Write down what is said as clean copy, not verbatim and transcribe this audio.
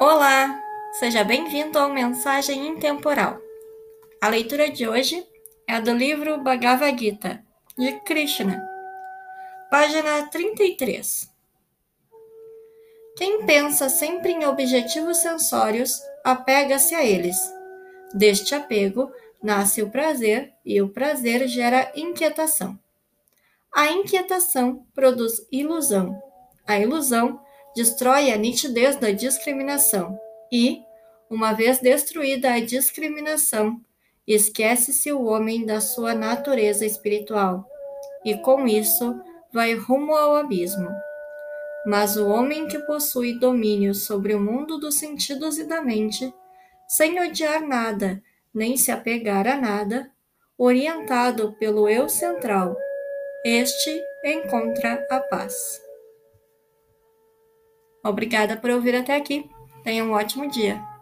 Olá, seja bem-vindo ao Mensagem Intemporal. A leitura de hoje é do livro Bhagavad Gita, de Krishna, página 33. Quem pensa sempre em objetivos sensórios, apega-se a eles. Deste apego nasce o prazer e o prazer gera inquietação. A inquietação produz ilusão. A ilusão destrói a nitidez da discriminação e, uma vez destruída a discriminação, esquece-se o homem da sua natureza espiritual e, com isso, vai rumo ao abismo. Mas o homem que possui domínio sobre o mundo dos sentidos e da mente, sem odiar nada, nem se apegar a nada, orientado pelo eu central, este encontra a paz. Obrigada por ouvir até aqui. Tenha um ótimo dia.